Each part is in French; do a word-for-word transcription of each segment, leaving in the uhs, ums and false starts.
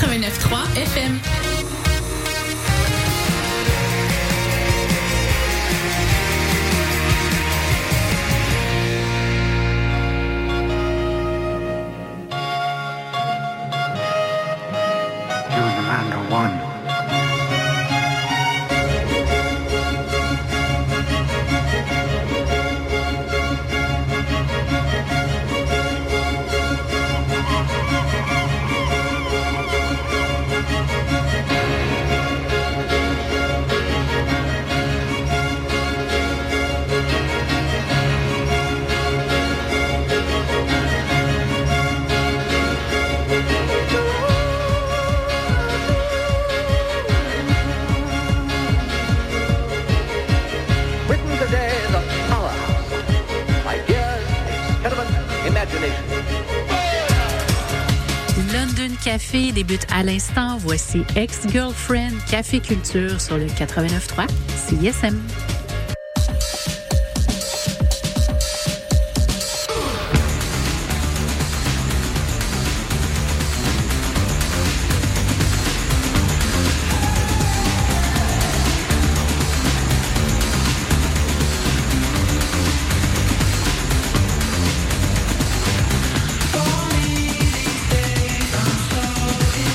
quatre-vingt-neuf trois F M. Café débute à l'instant. Voici Ex-Girlfriend, Café Culture sur le quatre-vingt-neuf trois C I S M.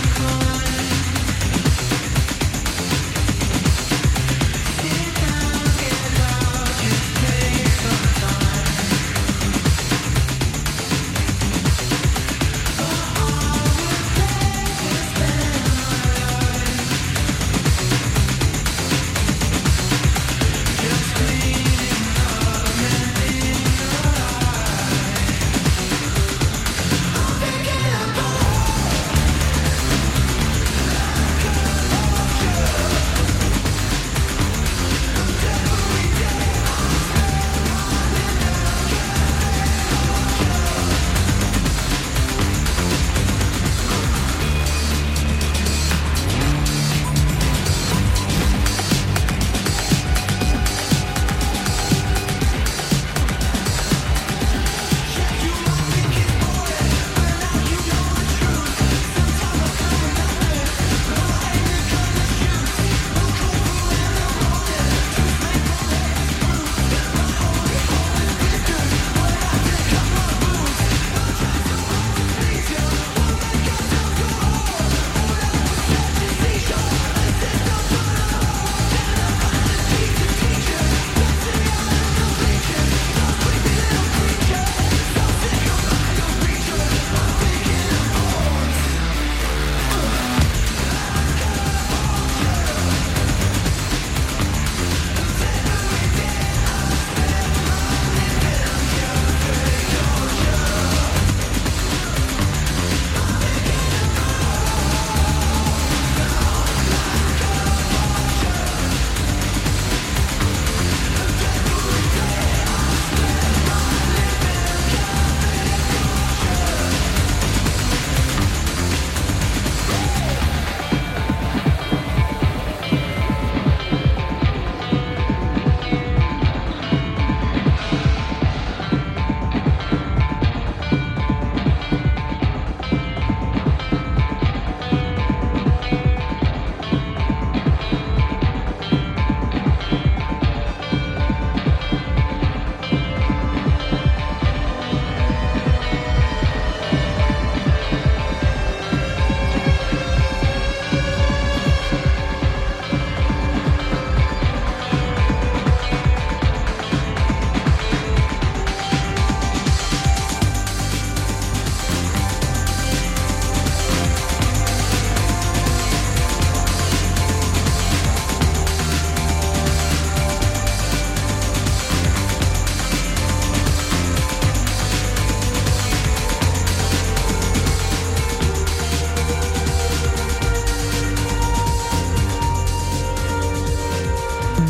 Down.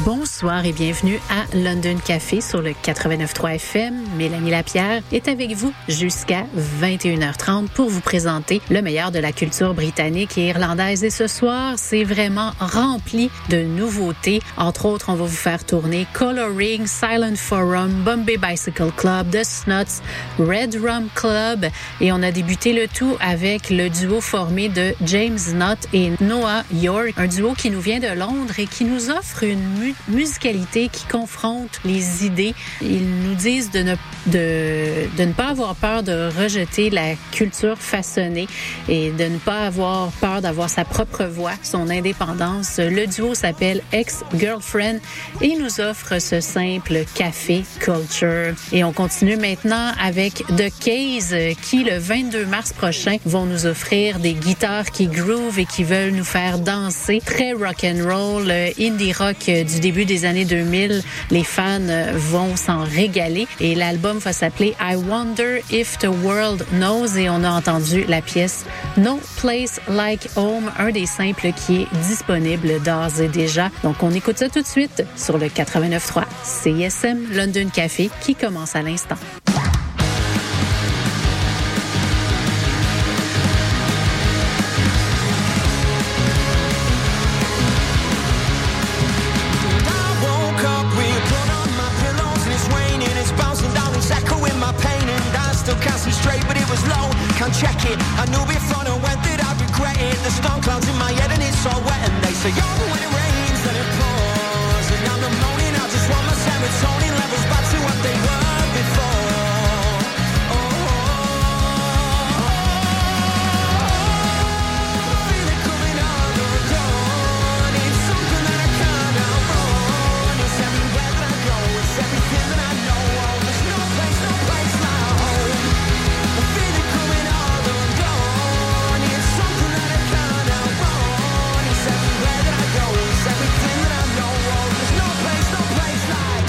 Bonsoir et bienvenue à London Café sur le quatre-vingt-neuf point trois F M. Mélanie Lapierre est avec vous jusqu'à vingt et une heures trente pour vous présenter le meilleur de la culture britannique et irlandaise. Et ce soir, c'est vraiment rempli de nouveautés. Entre autres, on va vous faire tourner Coloring, Silent Forum, Bombay Bicycle Club, The Snuts, Red Rum Club. Et on a débuté le tout avec le duo formé de James Nutt et Noah York, un duo qui nous vient de Londres et qui nous offre une mu- musicalité qui confronte les idées. Ils nous disent de ne, de, de ne pas avoir peur de rejeter la culture façonnée et de ne pas avoir peur d'avoir sa propre voix, son indépendance. Le duo s'appelle Ex-Girlfriend et nous offre ce simple café culture. Et on continue maintenant avec The Case qui, le vingt-deux mars prochain, vont nous offrir des guitares qui groove et qui veulent nous faire danser. Très rock'n'roll, indie rock du début des années deux mille. Les fans vont s'en régaler et l'album va s'appeler I Wonder If the World Knows et on a entendu la pièce No Place Like Home, un des simples qui est disponible d'ores et déjà. Donc on écoute ça tout de suite sur le quatre-vingt-neuf point trois C I S M London Café qui commence à l'instant. Can't check it, I knew before I went that I'd regret it. The storm clouds in my head and it's all wet. And they say, oh, when it rains, then it pours. And I'm not moaning, I just want my serotonin levels back to what they were before. Oh, oh, oh, oh. I feel it coming on the dawn. It's something that I can't outrun. It's everywhere that I go, it's everything that I know. Oh, there's no place, no place like home. I feel it coming on the dawn. It's something that I can't outrun. It's everywhere that I go, it's everything that I know. Oh, there's no place, no place like.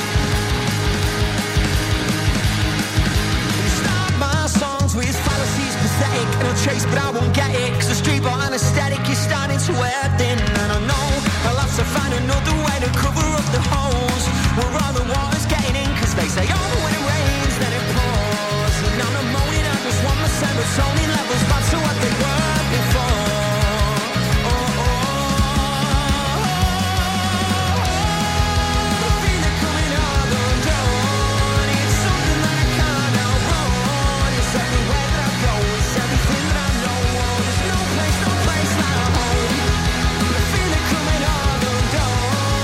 You start my songs with fallacies pathetic, and I'll chase but I won't get it, cause the street ball anesthetic is starting to wear thin. And I know I'll have to find another way to cover up the holes where all the water's getting in, cause they say, oh, when it rains then it pours. And I'm not moaning, I just want my serotonin levels back to what they were before. Oh, oh, oh, oh. I feel it coming on the dawn. It's something that I can't outrun. It's everywhere that I go, it's everything that I know. Oh, there's no place, no place like home. I feel it coming on the dawn.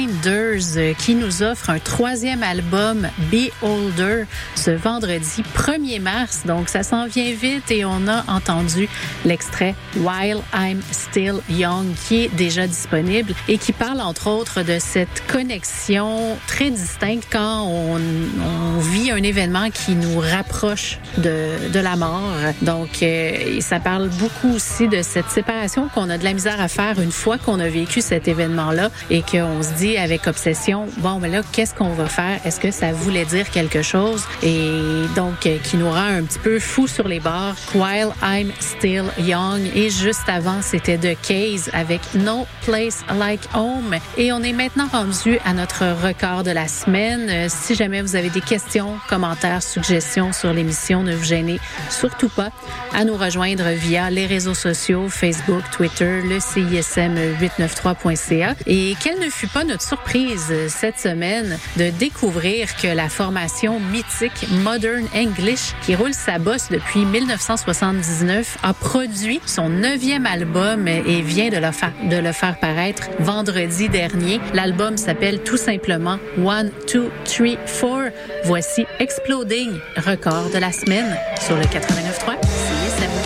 Minders qui nous offre un troisième album Beholder ce vendredi premier mars. Donc, ça s'en vient vite et on a entendu l'extrait While I'm Still Young qui est déjà disponible et qui parle entre autres de cette connexion très distincte quand on, on vit un événement qui nous rapproche de, de la mort. Donc, euh, ça parle beaucoup aussi de cette séparation qu'on a de la misère à faire une fois qu'on a vécu cet événement-là et qu'on se dit avec obsession, bon, mais là, qu'est-ce qu'on va faire? Est-ce que ça voulait dire quelque chose? Et donc, euh, qui nous rend un petit peu fou sur les bords. While I'm Still Young. Et juste avant, c'était The Case avec No Place Like Home. Et on est maintenant rendu à notre record de la semaine. Euh, si jamais vous avez des questions, commentaires, suggestions sur l'émission, ne vous gênez surtout pas à nous rejoindre via les réseaux sociaux, Facebook, Twitter, le C I S M huit cent quatre-vingt-trois point C A. Et quelle ne fut pas notre surprise cette semaine de découvrir que la formation mythique Modern English, qui roule sa bosse depuis dix-neuf cent soixante-dix-neuf, a produit son neuvième album et vient de le faire, de le faire paraître vendredi dernier. L'album s'appelle tout simplement One, Two, Three, Four. Voici Exploding, record de la semaine sur le quatre-vingt-neuf point trois C I S M.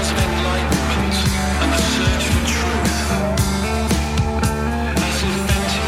As if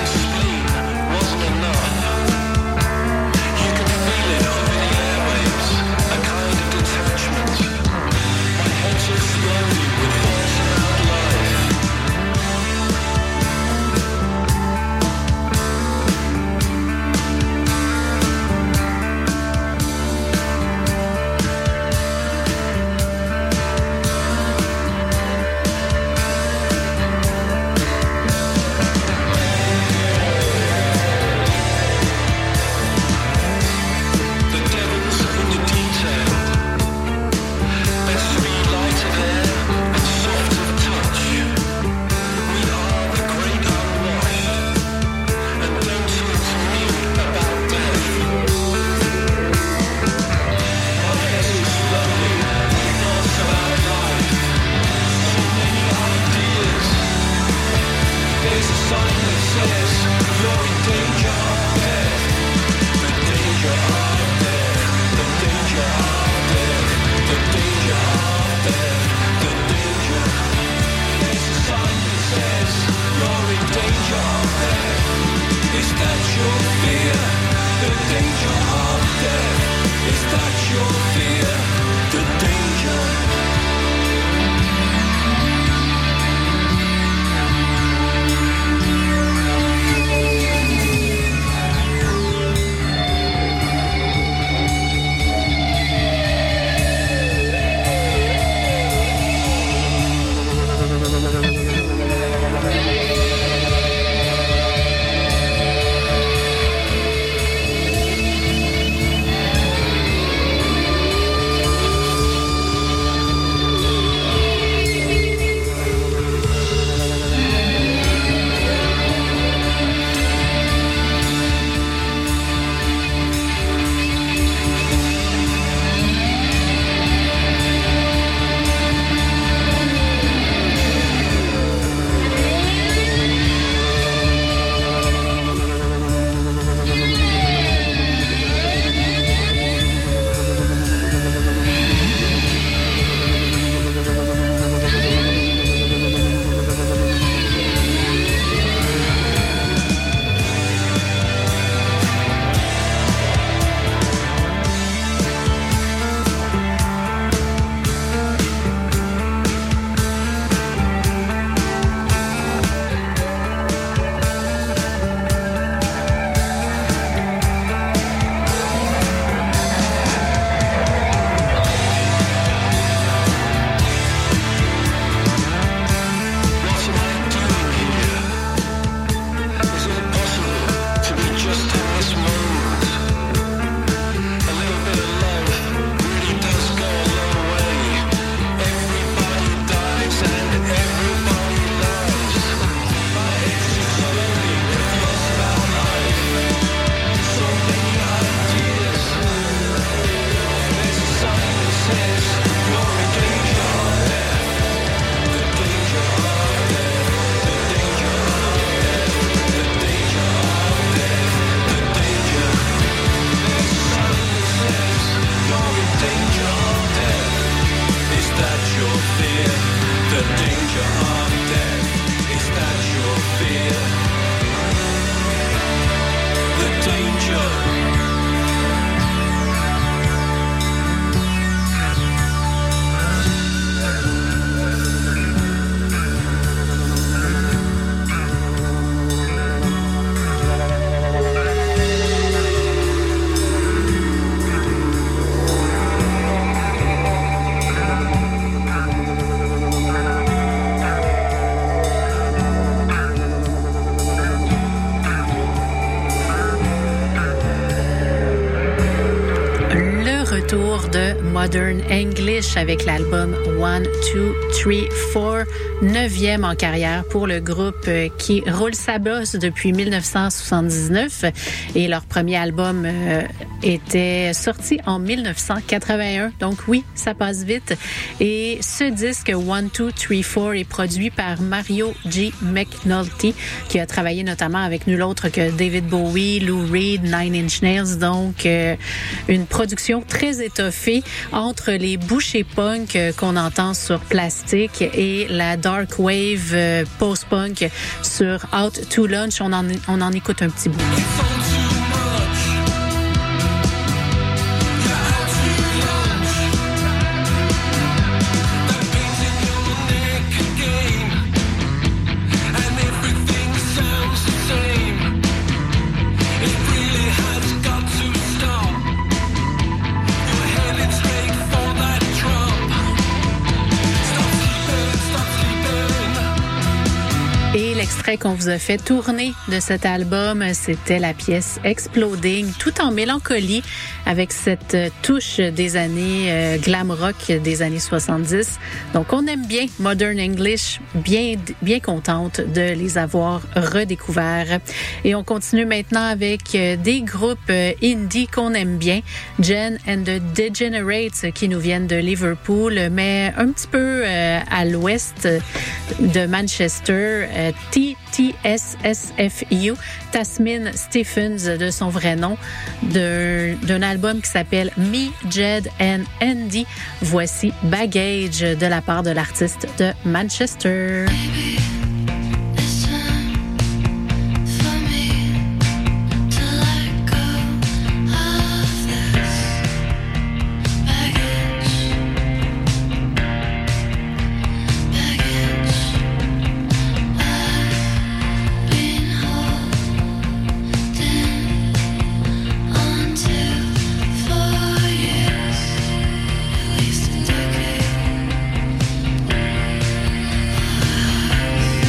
that your fear? The danger of death, is that your fear? The danger. Retour de Modern English avec l'album One, Two, Three, Four, neuvième en carrière pour le groupe qui roule sa bosse depuis dix-neuf cent soixante-dix-neuf et leur premier album euh, était sorti en dix-neuf cent quatre-vingt-un. Donc oui, ça passe vite. Et ce disque One, Two, Three, Four est produit par Mario G. McNulty qui a travaillé notamment avec nul autre que David Bowie, Lou Reed, Nine Inch Nails. Donc euh, une production très étoffée entre les bouchées punk euh, qu'on entend sur Plastic et la dark wave euh, post-punk sur Out to Lunch. On en, on en écoute un petit bout. L'extrait qu'on vous a fait tourner de cet album, c'était la pièce Exploding, tout en mélancolie avec cette touche des années euh, glam rock des années soixante-dix. Donc on aime bien Modern English, bien bien contente de les avoir redécouverts. Et on continue maintenant avec euh, des groupes euh, indie qu'on aime bien, Jen and the Degenerates qui nous viennent de Liverpool, mais un petit peu euh, à l'ouest de Manchester. Euh, T T S S F U, Tasmin Stephens de son vrai nom, d'un, d'un album qui s'appelle Me, Jed and Andy. Voici Baggage de la part de l'artiste de Manchester. At least a decade.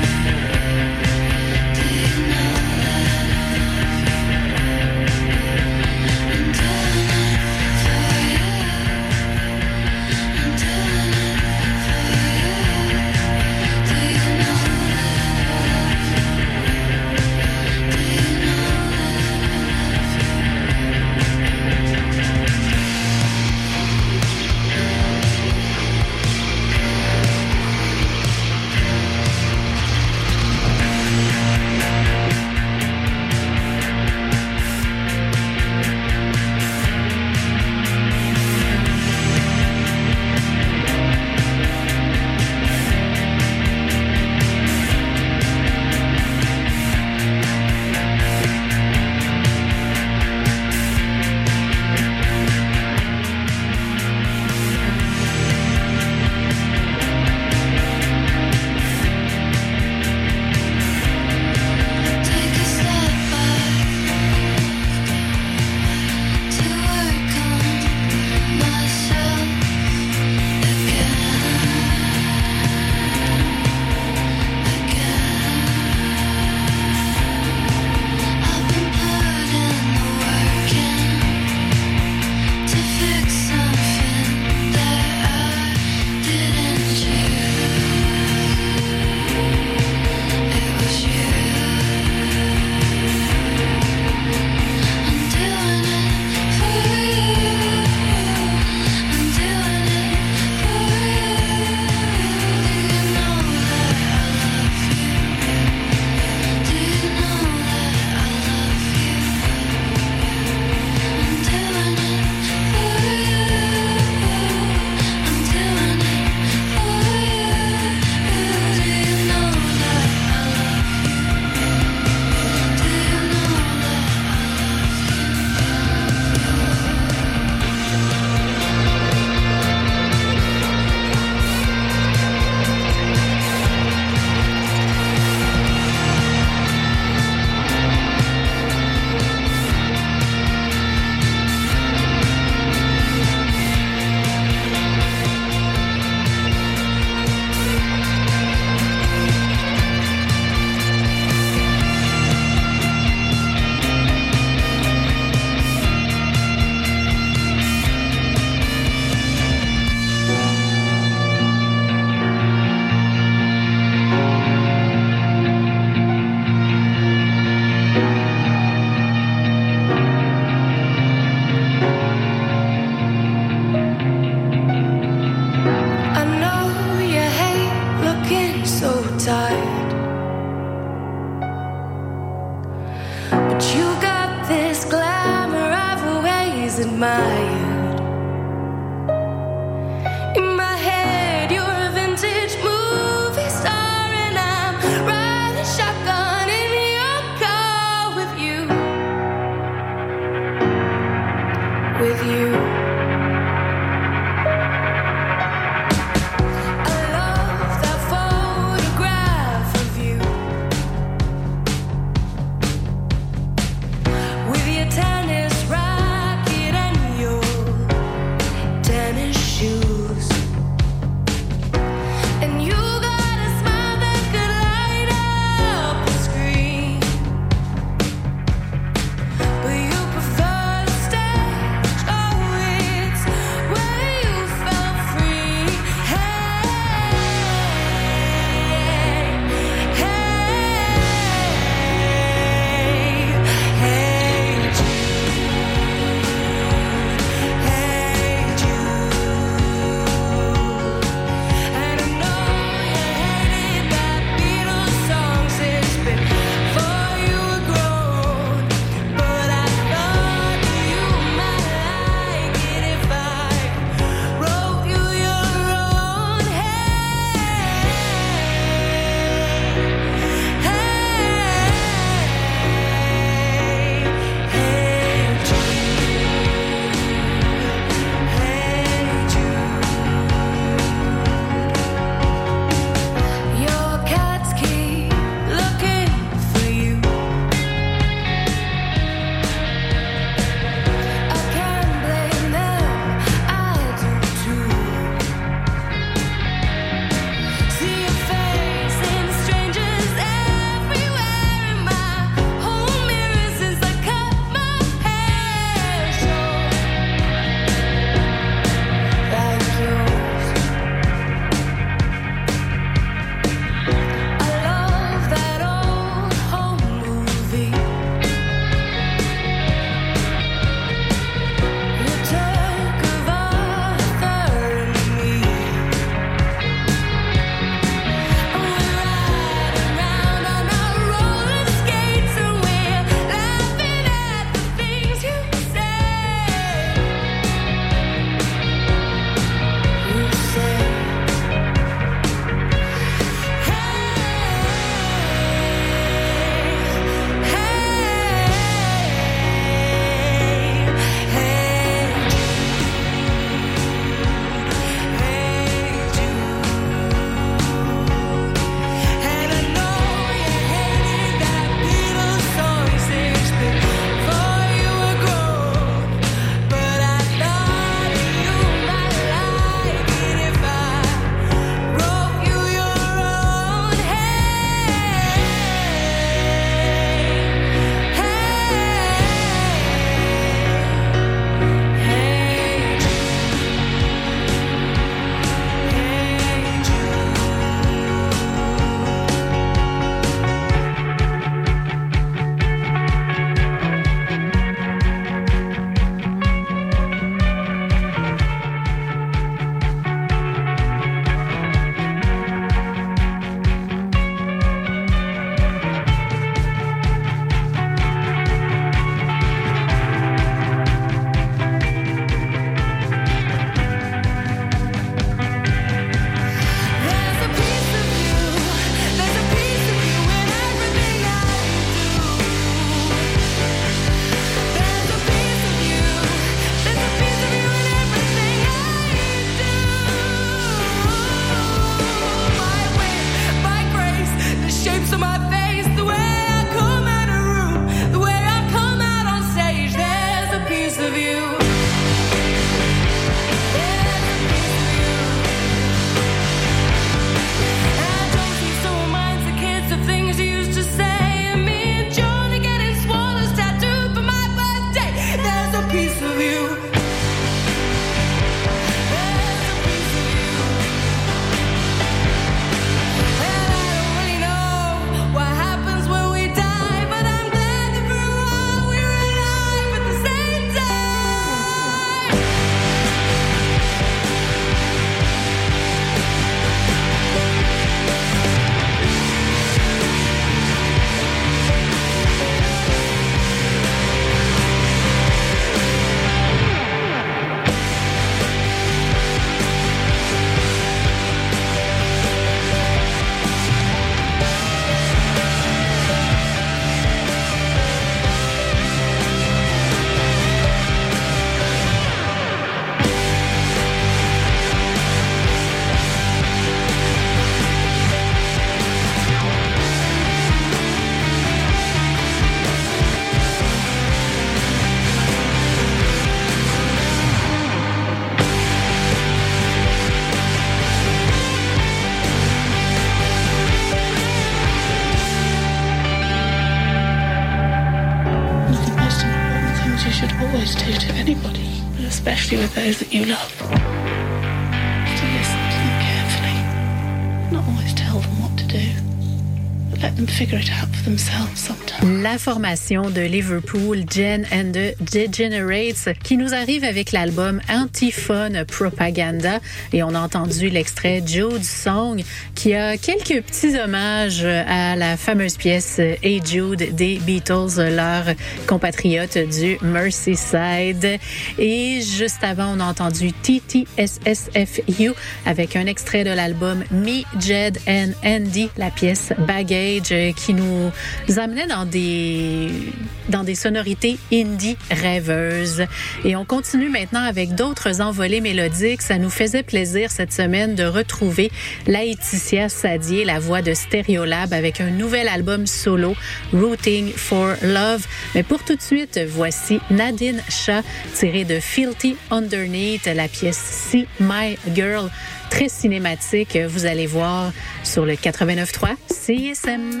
do to anybody, but especially with those that you love. To listen to them carefully, not always tell them what to do, but let them figure it out for themselves sometimes. La formation de Liverpool, Jen and the Degenerates, qui nous arrive avec l'album Antiphone Propaganda. Et on a entendu l'extrait Jude Song, qui a quelques petits hommages à la fameuse pièce Hey Jude des Beatles, leurs compatriotes du Merseyside. Et juste avant, on a entendu T T S S F U avec un extrait de l'album Me, Jed and Andy, la pièce Baggage, qui nous amenait dans des dans des sonorités indie rêveuses. Et on continue maintenant avec d'autres envolées mélodiques. Ça nous faisait plaisir cette semaine de retrouver Laetitia Sadier, la voix de Stereolab, avec un nouvel album solo, Rooting for Love. Mais pour tout de suite, voici Nadine Shah, tirée de Filthy Underneath, la pièce See My Girl, très cinématique. Vous allez voir sur le quatre-vingt-neuf trois C I S M.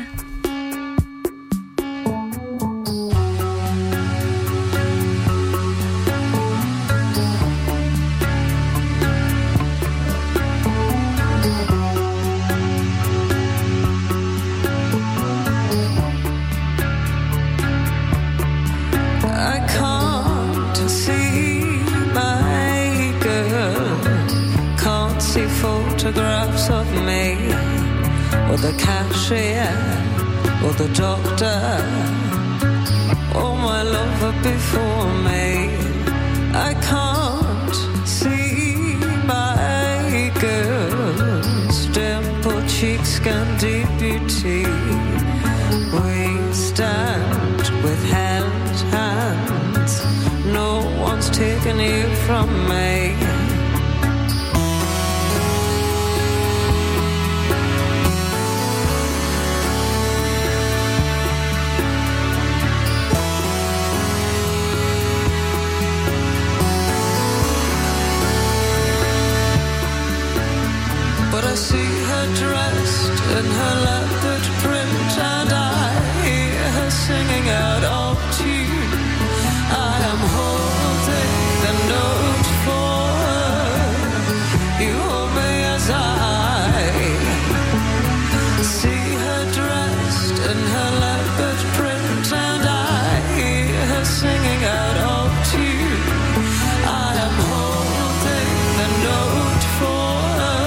Photographs of me, or the cashier, or the doctor, or my lover before me. I can't see my girl's dimple cheeks, scan deep beauty. We stand with held hands, no one's taking you from me. See her dressed in her leopard print, and I hear her singing out of tune. I am holding the note for her. You hold me as I see her dressed in her leopard print, and I hear her singing out of tune. I am holding the note for her.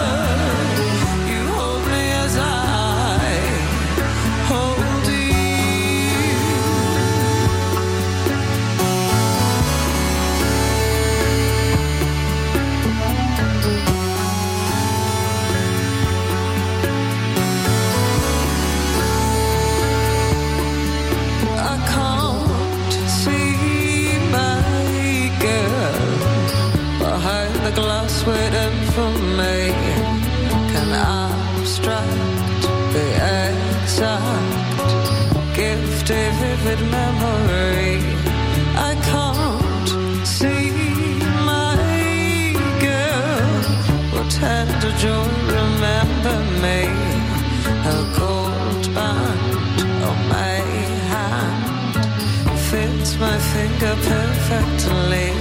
Glass waiting for me, can abstract the exact gift a vivid memory. I can't see my girl, what tender joy remember me. Her gold band on my hand fits my finger perfectly.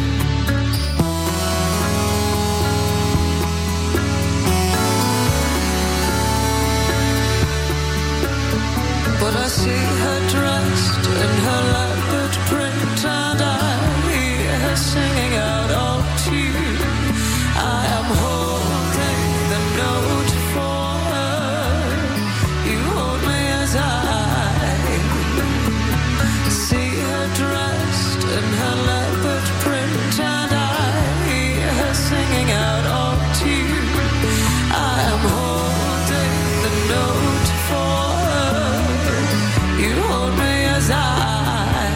But I see her dressed in her leopard print, and I hear her singing out of tune. I am holding the note for her. You hold me as I see her dressed in her leopard print, and I hear her singing out of tune. I am holding the note for her. You hold me as I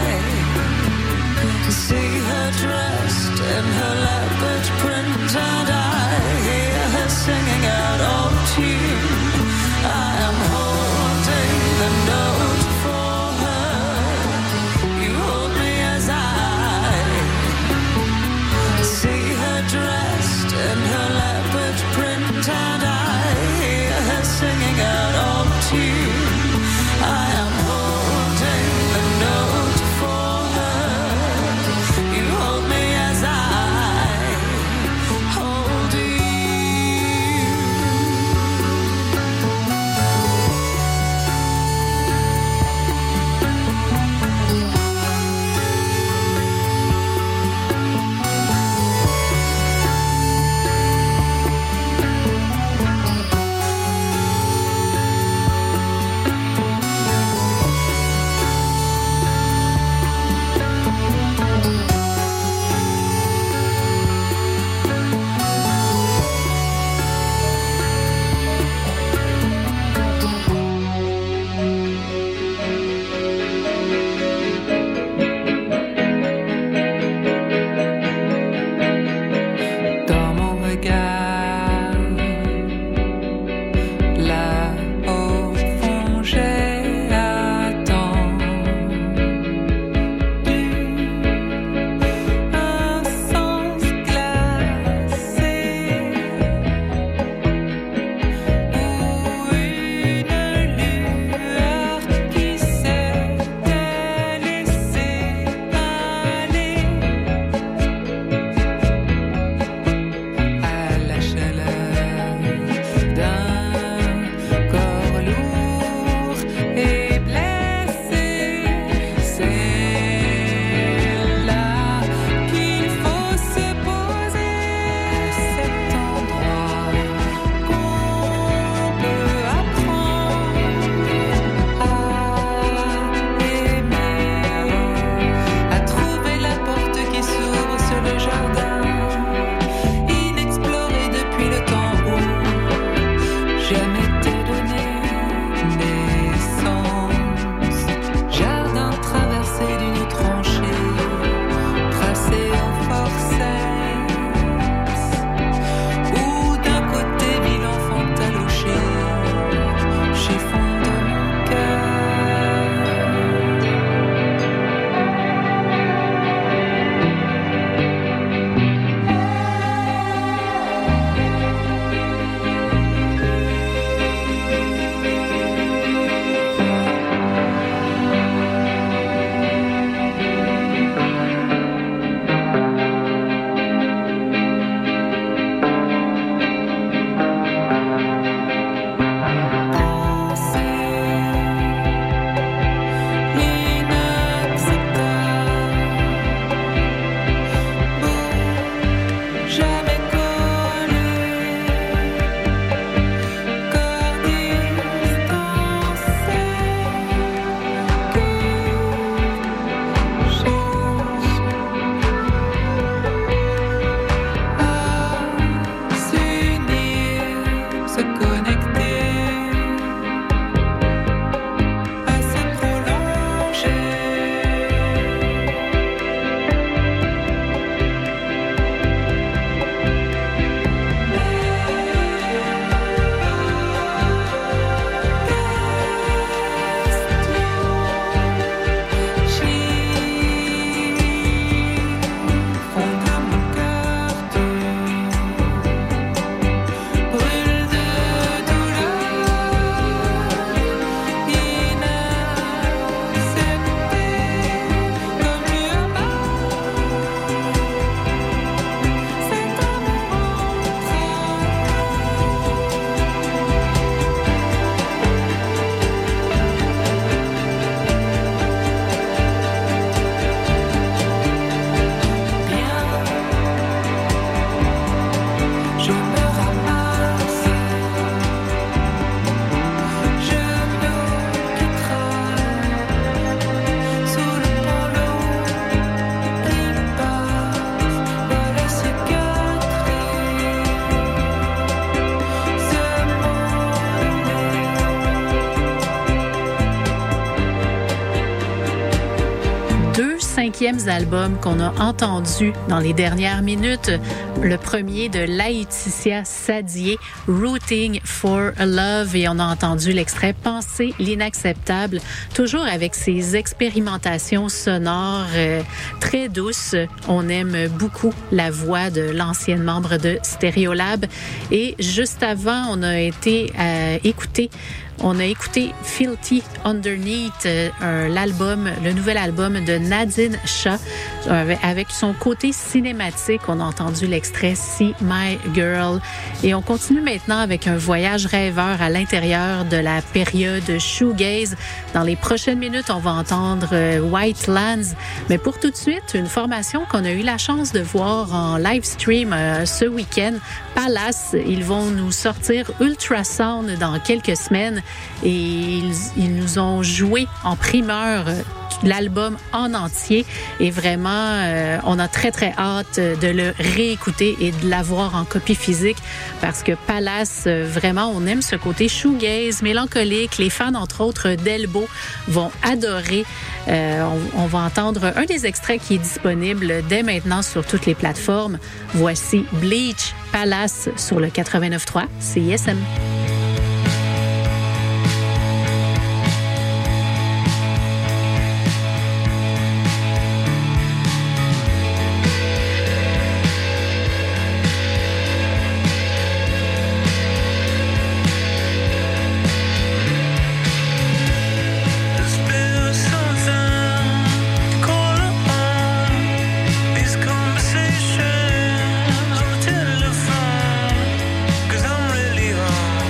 jamais te donner naissance. Jardin traversé d'une tranchée, tracé au forceps, où d'un côté vit l'enfant taloché, chiffon de mon cœur. Jamais collé, corps distancé, que cherche à s'unir, se connecter, à se prolonger. Je me ramasse, je me quitterai sous le polo qui passe par la cicatrice. Ce monde Deux cinquièmes albums qu'on a entendus dans les dernières minutes. Le premier de Laetitia Sadier, Rooting for a Love, et on a entendu l'extrait Penser l'inacceptable, toujours avec ses expérimentations sonores euh, très douces. On aime beaucoup la voix de l'ancienne membre de Stereolab. Et juste avant, on a été euh, écouter On a écouté Filthy Underneath, euh, l'album, le nouvel album de Nadine Shah, euh, avec son côté cinématique. On a entendu l'extrait See My Girl. Et on continue maintenant avec un voyage rêveur à l'intérieur de la période shoegaze. Dans les prochaines minutes, on va entendre euh, White Lands. Mais pour tout de suite, une formation qu'on a eu la chance de voir en live stream euh, ce week-end, Palace. Ils vont nous sortir Ultrasound dans quelques semaines. Et ils, ils nous ont joué en primeur euh, l'album en entier. Et vraiment, euh, on a très, très hâte de le réécouter et de l'avoir en copie physique parce que Palace, euh, vraiment, on aime ce côté shoegaze, mélancolique. Les fans, entre autres, d'Elbow vont adorer. Euh, on, on va entendre un des extraits qui est disponible dès maintenant sur toutes les plateformes. Voici Bleach, Palace sur le quatre-vingt-neuf trois C I S M. Conversations on the telephone, 'cause I'm really home.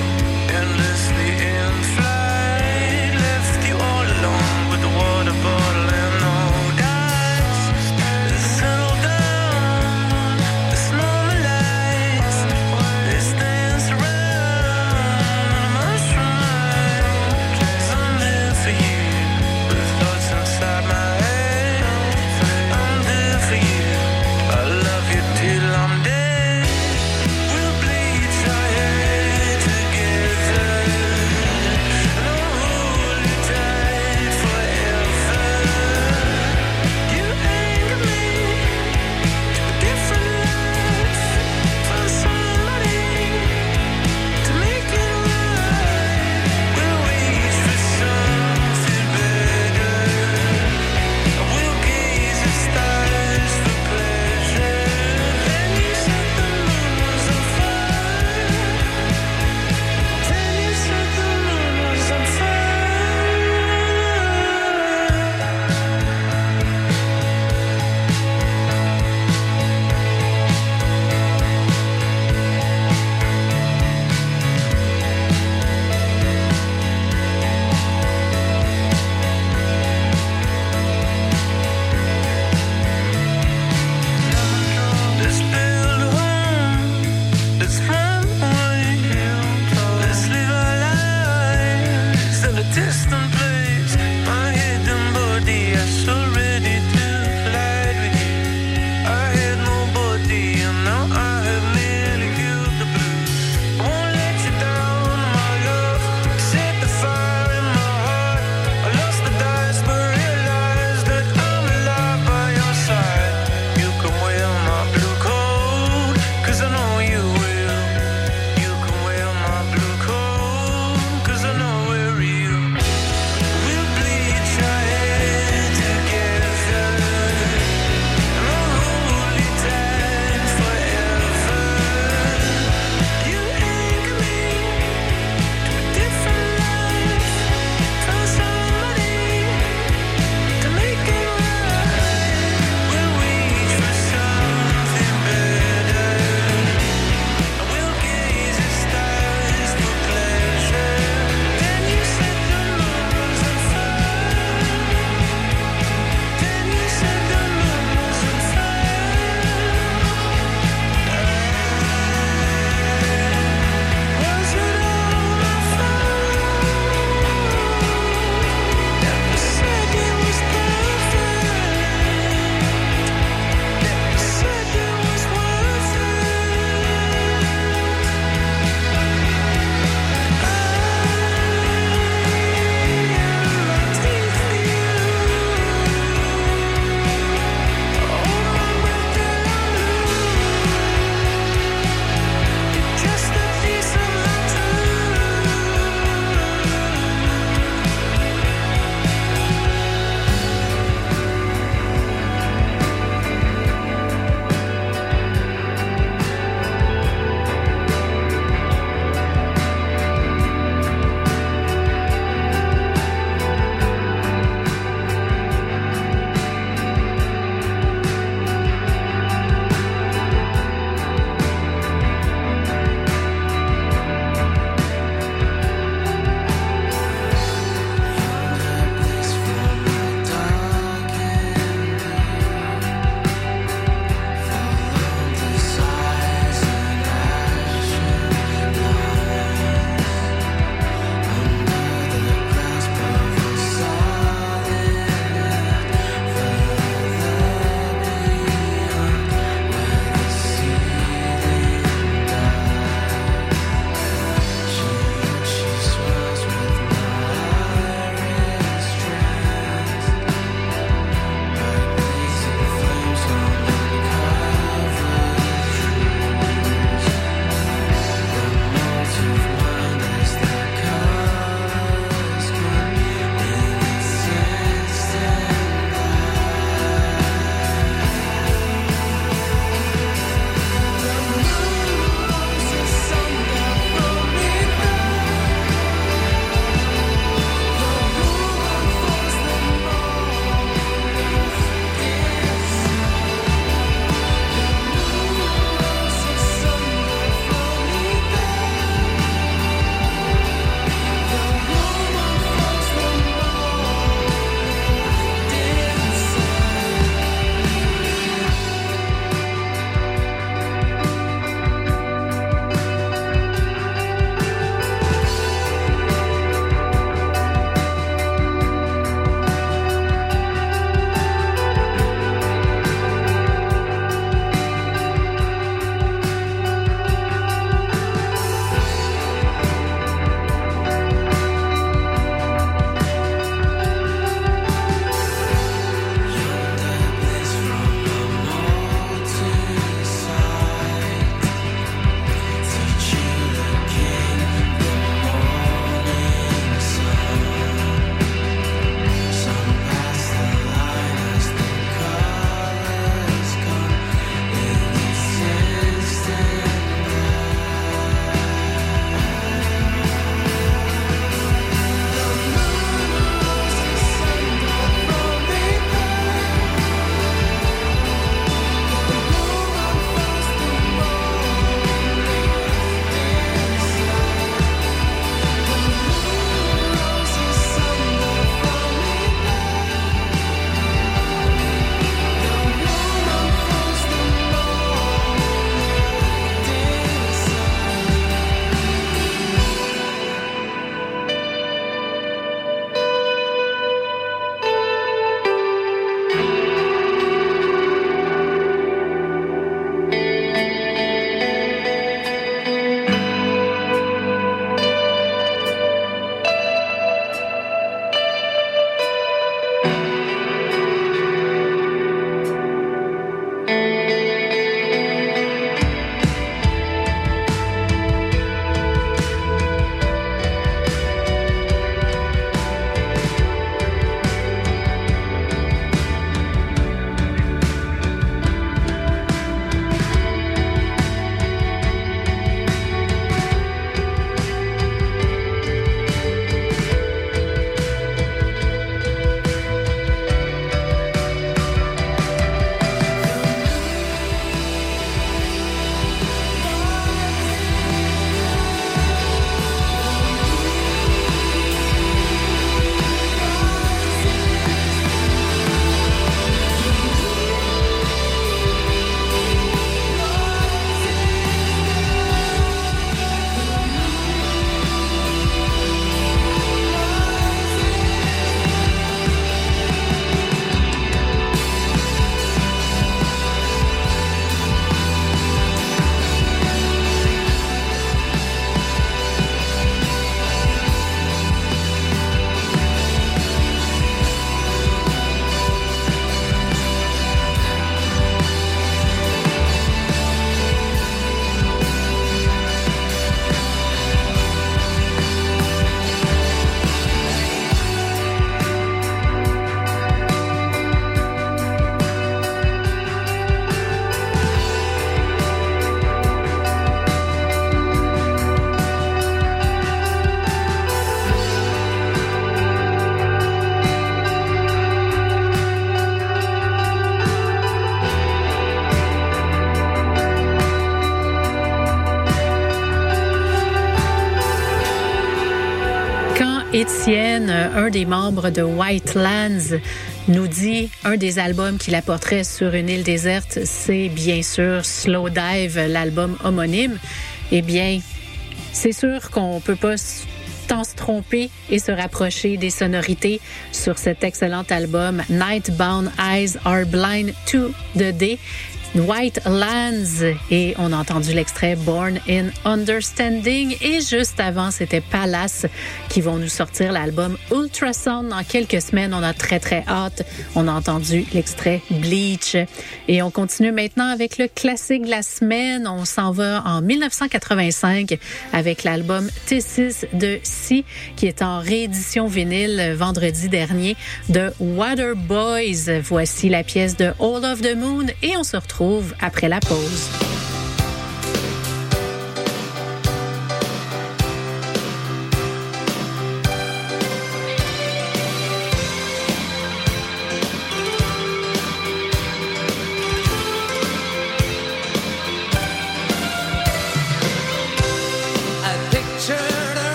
Étienne, un des membres de White Lands, nous dit un des albums qu'il apporterait sur une île déserte, c'est bien sûr Slow Dive, l'album homonyme. Eh bien, c'est sûr qu'on peut pas tant se tromper et se rapprocher des sonorités sur cet excellent album Nightbound Eyes Are Blind to the Day. White Lands, et on a entendu l'extrait Born in Understanding, et juste avant c'était Palace qui vont nous sortir l'album Ultrasound dans quelques semaines. On a très très hâte. On a entendu l'extrait Bleach, et on continue maintenant avec le classique de la semaine. On s'en va en dix-neuf cent quatre-vingt-cinq avec l'album This Is the Sea qui est en réédition vinyle vendredi dernier de Waterboys. Voici la pièce de All of the Moon, et on se retrouve après la pause.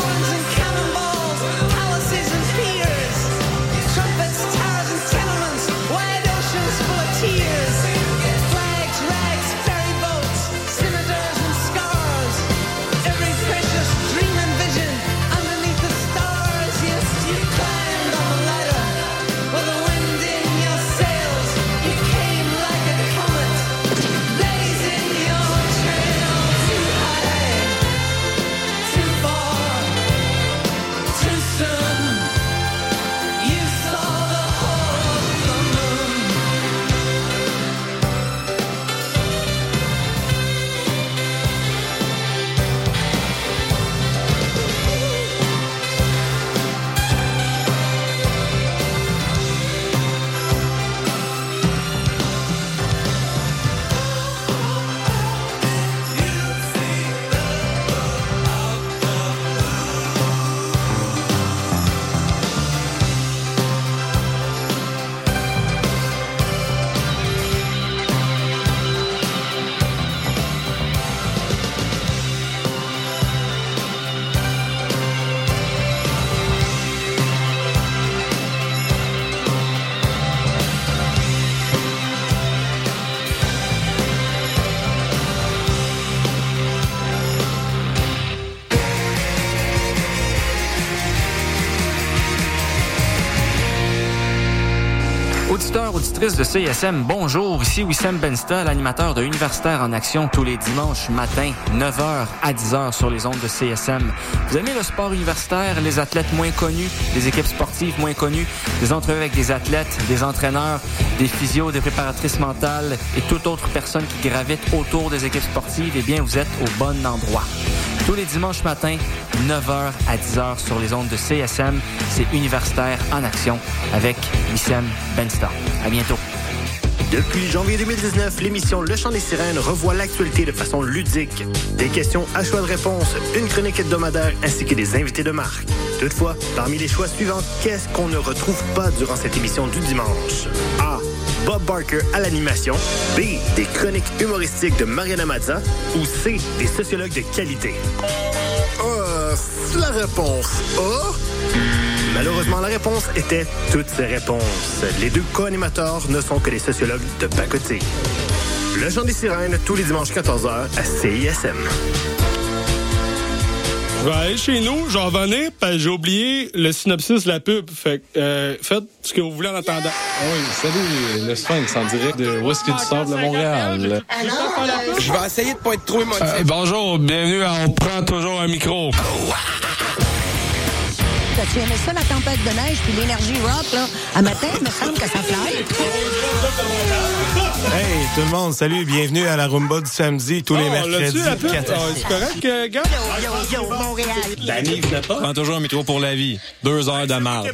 Trumpets, towers, and tenements Auditeurs, auditrices de C I S M, bonjour. Ici Wissem Bensta, l'animateur de Universitaire en Action tous les dimanches matin, neuf heures à dix heures sur les ondes de C I S M. Vous aimez le sport universitaire, les athlètes moins connus, les équipes sportives moins connues, des entrevues avec des athlètes, des entraîneurs, des physios, des préparatrices mentales et toute autre personne qui gravite autour des équipes sportives, eh bien, vous êtes au bon endroit. Tous les dimanches matins, neuf heures à dix heures sur les ondes de C I S M, c'est Universitaire en Action avec Wissem Bensta. À bientôt. Depuis janvier deux mille dix-neuf, l'émission Le Chant des Sirènes revoit l'actualité de façon ludique. Des questions à choix de réponse, une chronique hebdomadaire ainsi que des invités de marque. Toutefois, parmi les choix suivants, qu'est-ce qu'on ne retrouve pas durant cette émission du dimanche? A. Bob Barker à l'animation. B. Des chroniques humoristiques de Mariana Mazza. Ou C. Des sociologues de qualité. Euh, la réponse A. Malheureusement, la réponse était toutes ces réponses. Les deux co-animateurs ne sont que des sociologues de pacotille. Le Chant des Sirènes, tous les dimanches quatorze heures à C I S M. Je vais aller chez nous, je vais revenir, parce que j'ai oublié le synopsis de la pub. Fait que, euh, faites ce que vous voulez en attendant. Oui, salut, le Sphinx en direct de Whisky du Sable de Montréal. Je vais essayer de pas être trop émotif. Euh, bonjour, bienvenue à On prend toujours un micro. T'as-tu aimé ça, la tempête de neige puis l'énergie rock, là? À matin, il me semble que ça fly. Hey, tout le monde, salut, bienvenue à la Rumba du samedi, tous oh, les mercredis. La pub? Oh, c'est correct, euh, gars? Yo, yo, yo, Montréal. La nive n'est pas. Prends toujours un micro pour la vie. Deux heures de marde.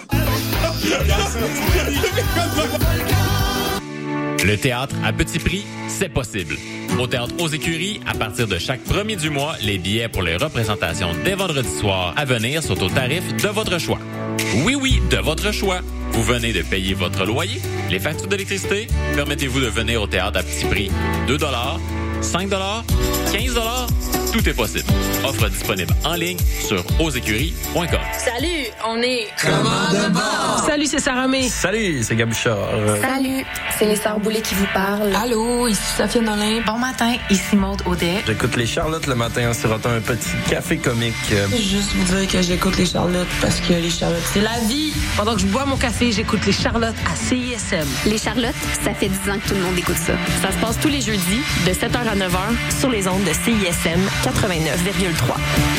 Le théâtre à petit prix, c'est possible. Au Théâtre aux Écuries, à partir de chaque premier du mois, les billets pour les représentations dès vendredi soir à venir sont au tarif de votre choix. Oui, oui, de votre choix. Vous venez de payer votre loyer, les factures d'électricité. Permettez-vous de venir au théâtre à petit prix. deux dollars, cinq dollars, quinze dollars, tout est possible. Offre disponible en ligne sur aux écuries point com. Salut, on est... Commande bord! Salut, c'est Sarah May. Salut, c'est Gabuchard. Salut, c'est les Sœurs Boulay qui vous parlent. Allô, ici Sophie Nolin. Bon matin, ici Maude Audet. J'écoute les Charlottes le matin en sirotant un petit café comique. Juste vous dire que j'écoute les Charlottes parce que les Charlottes, c'est la vie. Pendant que je bois mon café, j'écoute les Charlottes à C I S M. Les Charlottes, ça fait dix ans que tout le monde écoute ça. Ça se passe tous les jeudis de sept heures à neuf heures sur les ondes de C I S M quatre-vingt-neuf virgule trois.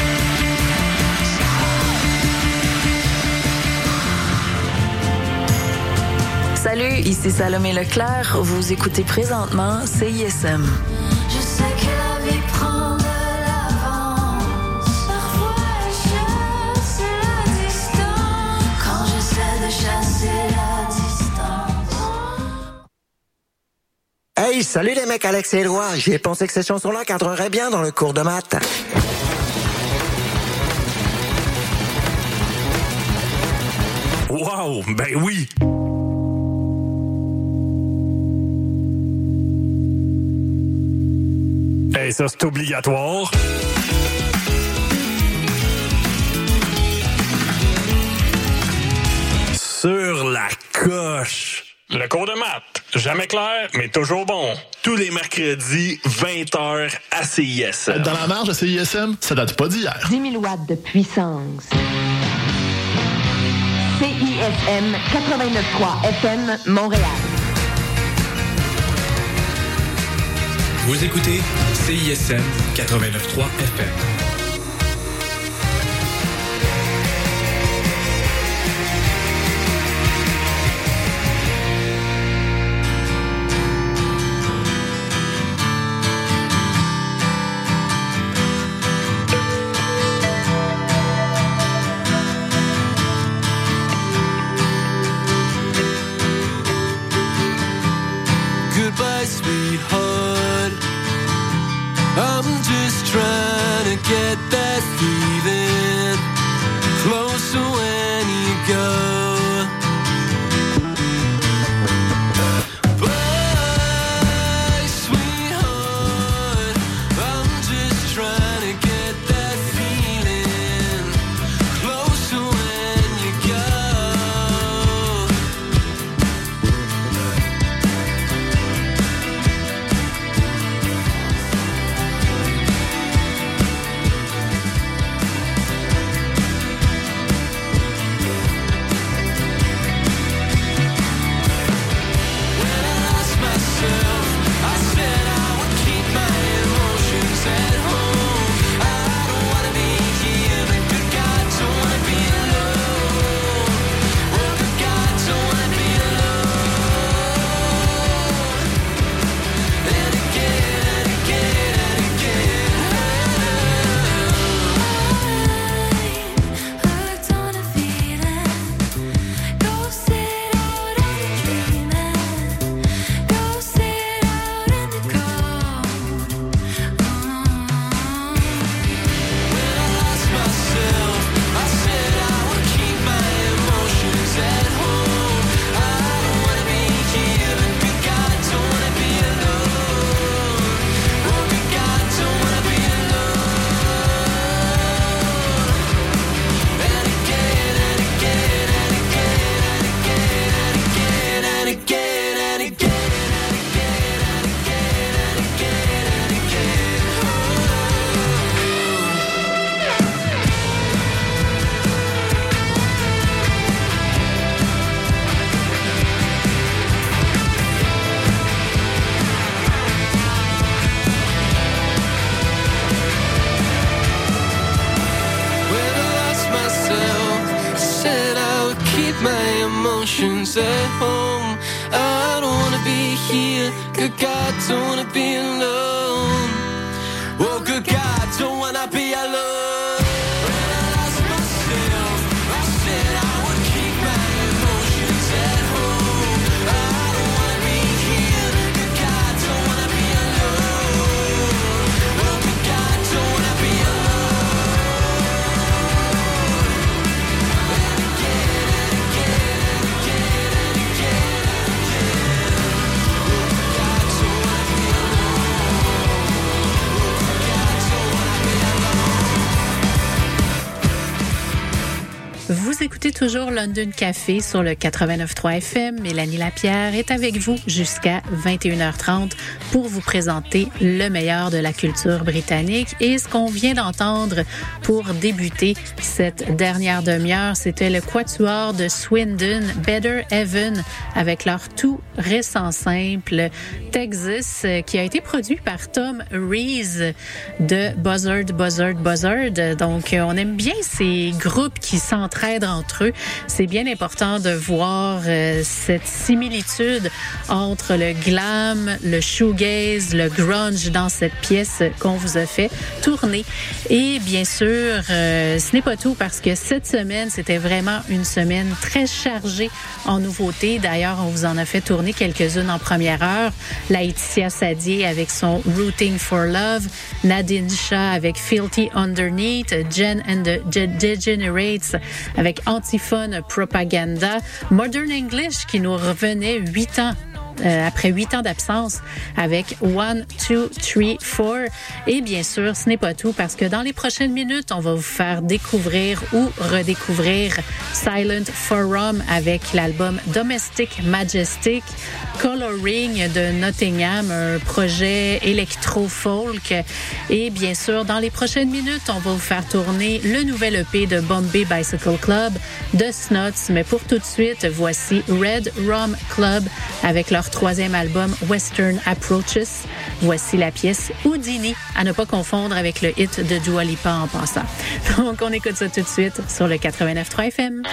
Salut, ici Salomé Leclerc. Vous écoutez présentement C I S M. Je sais que la vie prend de l'avance. Parfois elle chasse la distance. Quand j'essaie de chasser la distance. Hey, salut les mecs, Alex et Éloi. J'ai pensé que cette chanson-là cadrerait bien dans le cours de maths. Wow, ben oui! Hey, ça, c'est obligatoire. Sur la coche. Le cours de maths, jamais clair, mais toujours bon. Tous les mercredis, vingt heures à C I S M. Dans la marge de C I S M, ça date pas d'hier. dix mille watts de puissance. C I S M quatre-vingt-neuf virgule trois F M, Montréal. Vous écoutez C I S M quatre-vingt-neuf virgule trois F M. Goodbye, sweetheart. I'm just trying to get that feeling closer when you go. Bye, sweetheart. I'm just trying to get that feeling closer when you go. emotions at home. I don't wanna be here, good God, don't wanna be alone. Oh, good God, don't wanna be alone. Vous écoutez toujours London Café sur le quatre-vingt-neuf point trois F M. Mélanie Lapierre est avec vous jusqu'à vingt et une heures trente pour vous présenter le meilleur de la culture britannique. Et ce qu'on vient d'entendre pour débuter cette dernière demi-heure, c'était le quatuor de Swindon, Better Heaven, avec leur tout récent simple Texas, qui a été produit par Tom Rees de Buzzard, Buzzard, Buzzard. Donc, on aime bien ces groupes qui s'entraident entre eux. C'est bien important de voir euh, cette similitude entre le glam, le shoegaze, le grunge dans cette pièce qu'on vous a fait tourner. Et bien sûr, euh, ce n'est pas tout parce que cette semaine, c'était vraiment une semaine très chargée en nouveautés. D'ailleurs, on vous en a fait tourner quelques-unes en première heure. Laetitia Sadier avec son Rooting for Love, Nadine Shah avec Filthy Underneath, Jen and the Degenerates avec Antiphone Propaganda, Modern English qui nous revenait huit ans Euh, après huit ans d'absence avec One, Two, Three, Four. Et bien sûr, ce n'est pas tout parce que dans les prochaines minutes, on va vous faire découvrir ou redécouvrir Silent Forum avec l'album Domestic Majestic, Coloring de Nottingham, un projet électro-folk. Et bien sûr, dans les prochaines minutes, on va vous faire tourner le nouvel E P de Bombay Bicycle Club, de Snuts. Mais pour tout de suite, voici Red Rum Club avec leur troisième album Western Approaches. Voici la pièce Houdini, à ne pas confondre avec le hit de Dua Lipa en passant. Donc, on écoute ça tout de suite sur le quatre-vingt-neuf point trois F M.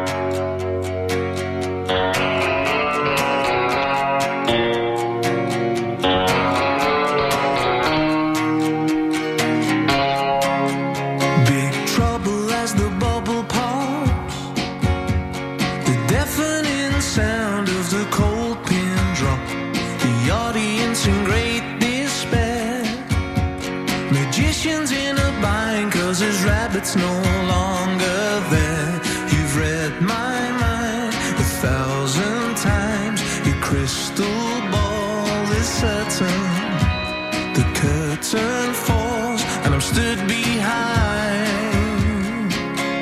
It's no longer there. You've read my mind a thousand times. Your crystal ball is certain. The curtain falls and I'm stood behind.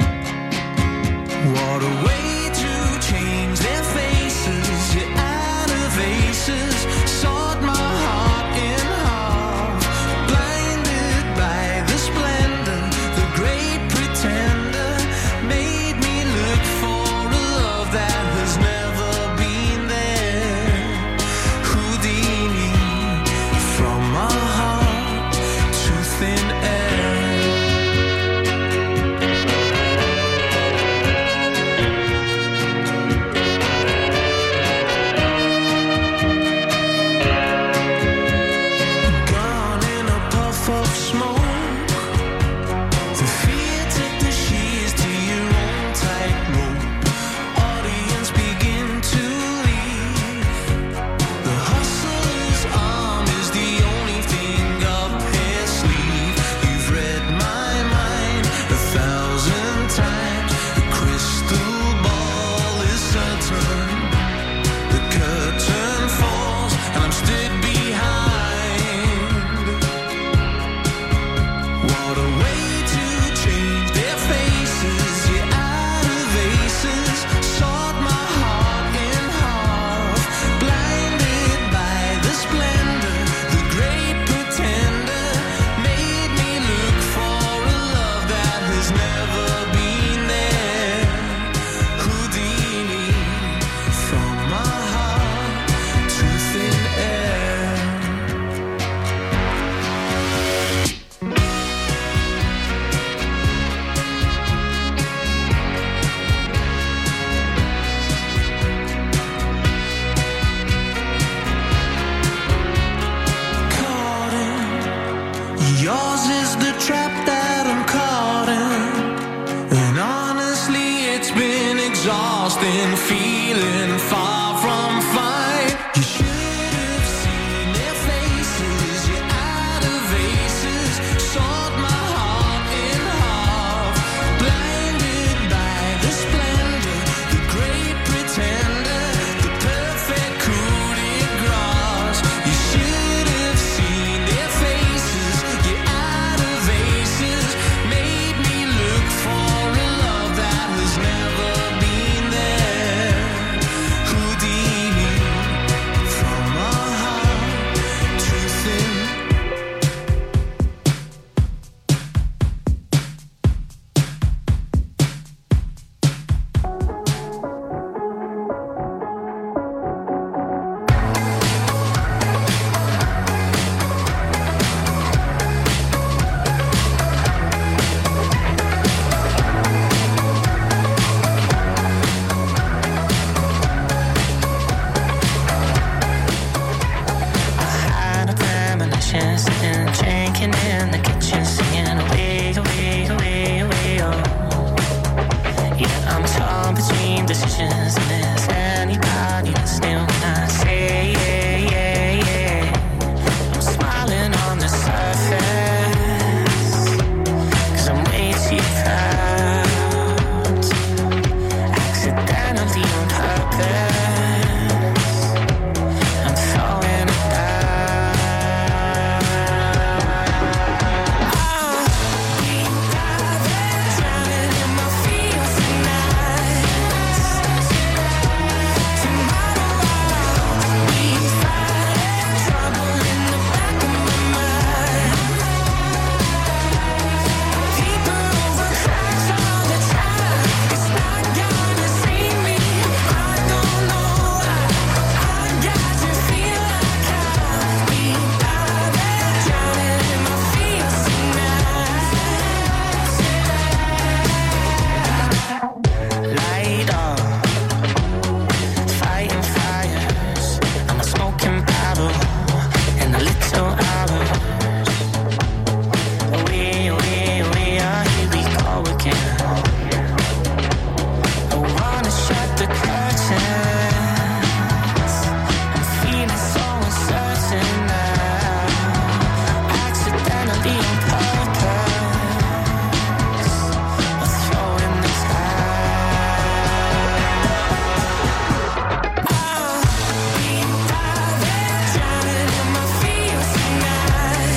What a way to change their faces. You're out of aces. Sawed my heart in half. Blinded by the splendor. The great made me look for a love that has never been there. Houdini, from my heart to thin air. been feeling far from fine. You should have seen their faces. You're out of aces. Sawed my heart in half. Blinded by the splendor, the great pretender, the perfect coup de grace. You should have seen their faces. You're out of aces. Made me look for a love that has never been there. Houdini from a heart too thin. Had a premonition, sitting drinking in the kitchen, singing away, away, away, away, oh. Yeah, I'm torn between decisions, and is anybody listening when I say yeah, yeah, yeah? I'm smiling on the surface, 'cause I'm way too proud, accidentally on purpose. I'm throwing it down. Oh, we dive drowning in my feels tonight. Tomorrow we fight trouble in the back of my mind. People over cracks all the time. It's not gonna save me. I don't know why. I got to feel like I'll be out there drowning in my feels tonight. Light on, fighting fires. I'm a smoking bottle in the little hours. Away, away, away, ah, here we go again. I wanna shut the curtains. I'm feeling so uncertain now. Accidentally on purpose. I'll throw in the towel. Oh, we dive drowning in my feels tonight.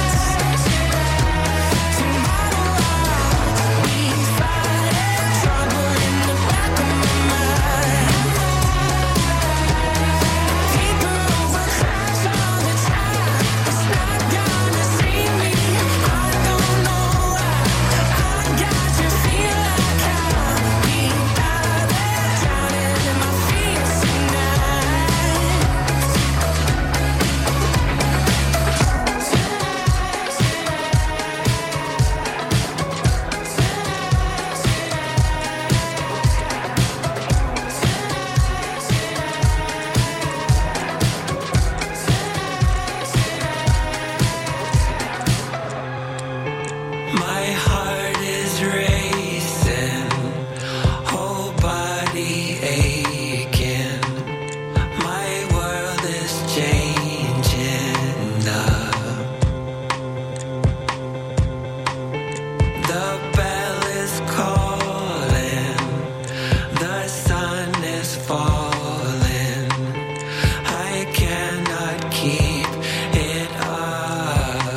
Tomorrow we fight trouble in the back of my mind. People over cracks all the time. It's not gonna save me. I don't know why. I got to feel like I'll be out there drowning in my feels tonight. My heart is racing, whole body aching. My world is changing up. The bell is calling, the sun is falling. I cannot keep it up.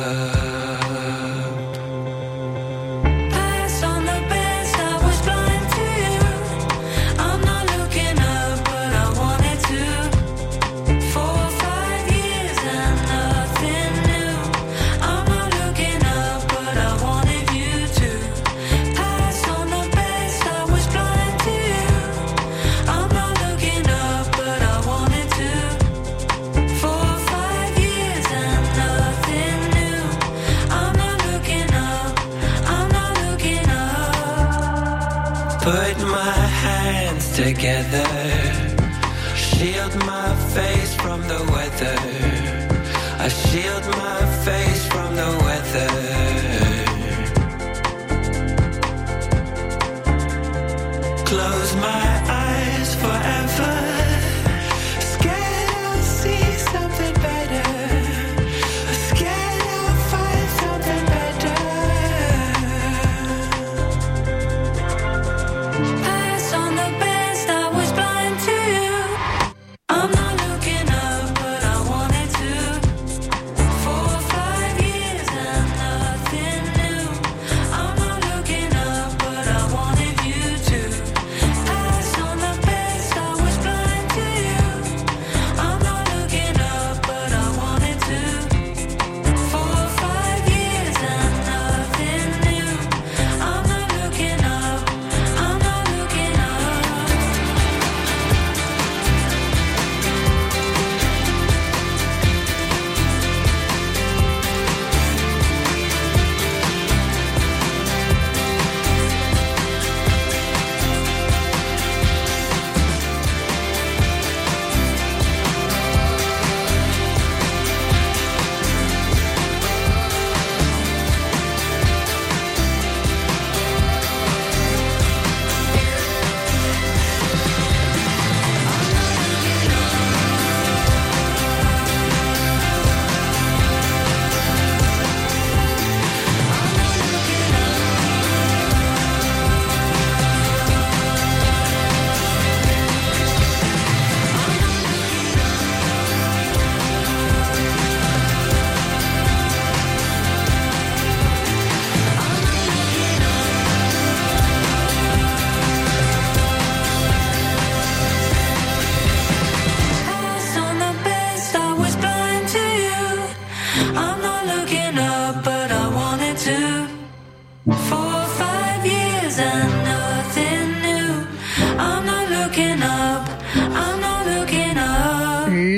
Pass on the best, I was blind to you. I'm not looking up, but I wanted to. Four or five years and nothing new. I'm not looking up, but I wanted you to. Pass on the best, I was blind to you. I'm not looking up, but I wanted to. Four or five years and nothing new. I'm not looking up, I'm not looking up. Put my hands together, shield my face from the weather. I shield my face from the weather. Close my eyes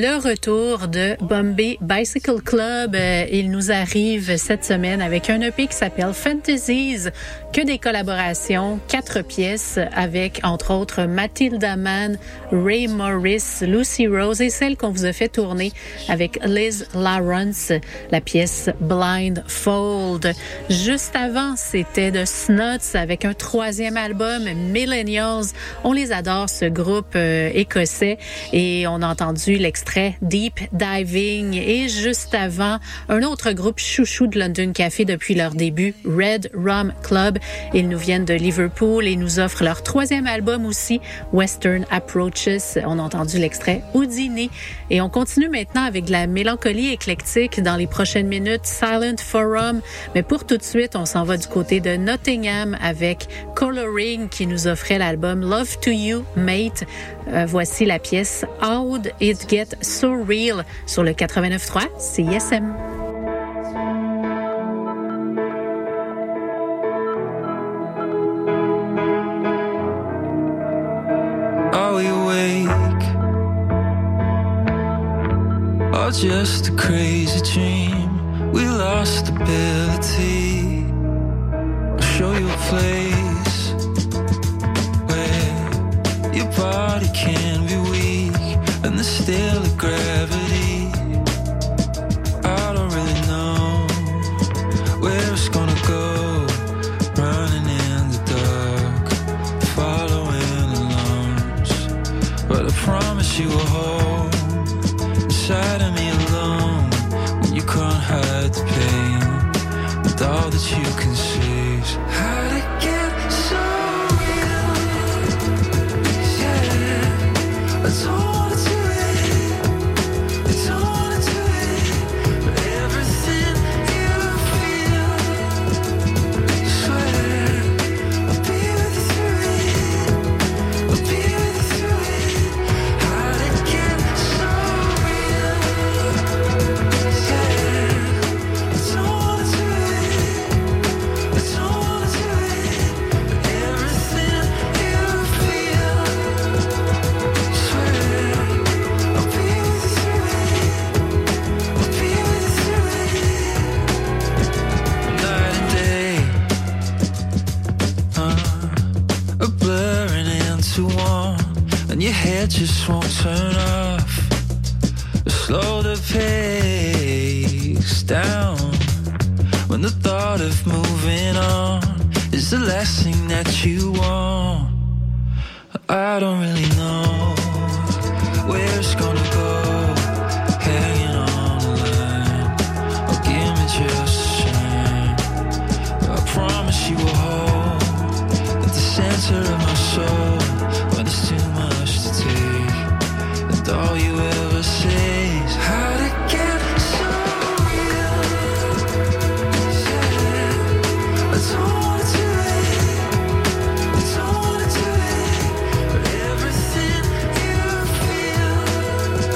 le retour de Bombay Bicycle Club. Euh, il nous arrive cette semaine avec un E P qui s'appelle Fantasies, que des collaborations, quatre pièces avec, entre autres, Matilda Mann, Ray Morris, Lucy Rose et celle qu'on vous a fait tourner avec Liz Lawrence, la pièce Blindfold. Juste avant, c'était The Snuts avec un troisième album, Millennials. On les adore, ce groupe euh, écossais, et on a entendu l'extrait Deep Diving. Et juste avant, un autre groupe chouchou de London Café depuis leur début, Red Rum Club. Ils nous viennent de Liverpool et nous offrent leur troisième album aussi, Western Approaches. On a entendu l'extrait Houdini. Et on continue maintenant avec de la mélancolie éclectique dans les prochaines minutes, Silent Forum. Mais pour tout de suite, on s'en va du côté de Nottingham avec Coloring qui nous offrait l'album Love to You, Mate. Euh, voici la pièce How'd It Get So Real sur le quatre-vingt-neuf trois C I S M. Are we awake? Or just a crazy dream? We lost ability. I'll show you a place where your body can be weak and there's still a gravity. I don't really know where it's gonna go. Running in the dark, following alarms. But I promise you a home inside of me alone, when you can't hide the pain with all that you can see. How'd it get so real? Yeah, I don't wanna do it, I don't wanna do it, but everything you feel, swear I'll be with you through it, I'll be with you through it. How'd it get so real? Yeah, I don't wanna do it, I don't wanna do it, but everything you feel, swear I'll be with you through it, I'll be with you through it. Night and day, uh, a blurring into one, and your head just won't turn off. Slow the pace down when the thought of moving on is the last thing that you want. I don't really know where it's gonna go, hanging on the line. Oh, give me just a sign. I promise you a home at the center of my soul when it's too much to take, and all you ever say is how'd it get so real? Yeah, I don't wanna do it, I don't wanna do it, but everything you feel,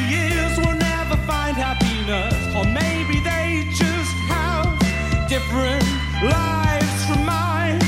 years will never find happiness, or maybe they just have different lives from mine.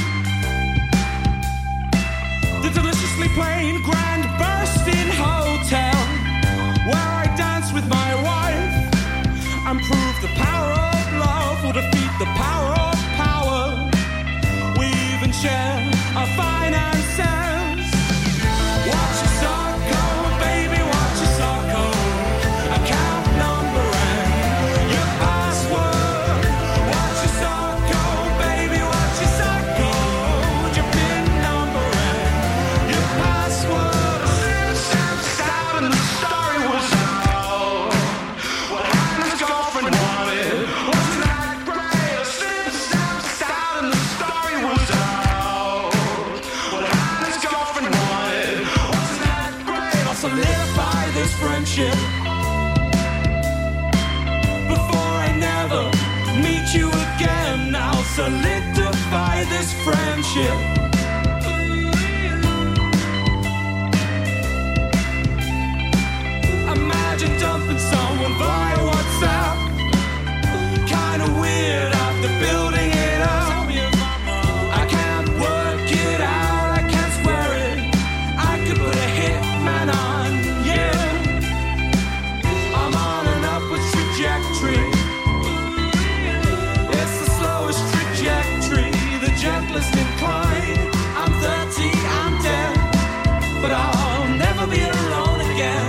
The deliciously plain grand bursting hotel where I dance with my wife and prove the power of love will defeat the power of power. We even share our finances. Watch your stock go, baby, watch your stock go. Account number and your password. Watch your stock go, baby, watch your stock go. Your PIN number and your password. Sad and the story was out. What his girlfriend wanted wasn't that great. Sad and the story was out. What his girlfriend wanted wasn't that great. I'll solidify this friendship before I never meet you again. I'll solidify this friendship. Imagine dumping someone via WhatsApp. Kinda weird after building it up. I can't work it out, I can't swear it. I could put a hitman on you. I'm on an upwards trajectory. It's the slowest trajectory, the gentlest incline. I'm thirty, I'm dead, but I'll never be alone again.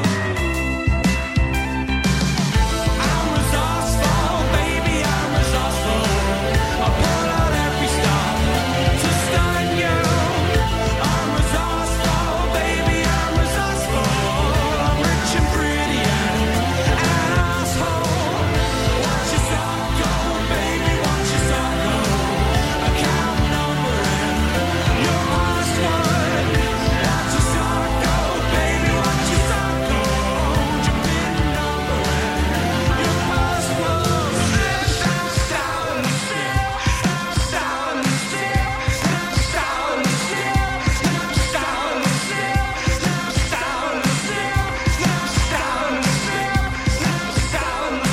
I'm resourceful, baby, I'm resourceful. I'll pull out every stop to stun you. I'm resourceful, baby, I'm resourceful. I'm rich and pretty and an asshole. Watch your stock go, baby, watch your stock go. Account number and your password. Watch your stock go, baby, watch your stock go. Your PIN number and your password. Stop, stop, and stop, stop, stop, and stop, stop, stop, and stop, stop, stop, and stop, stop, stop, and stop, stop, stop, and stop, stop, stop, and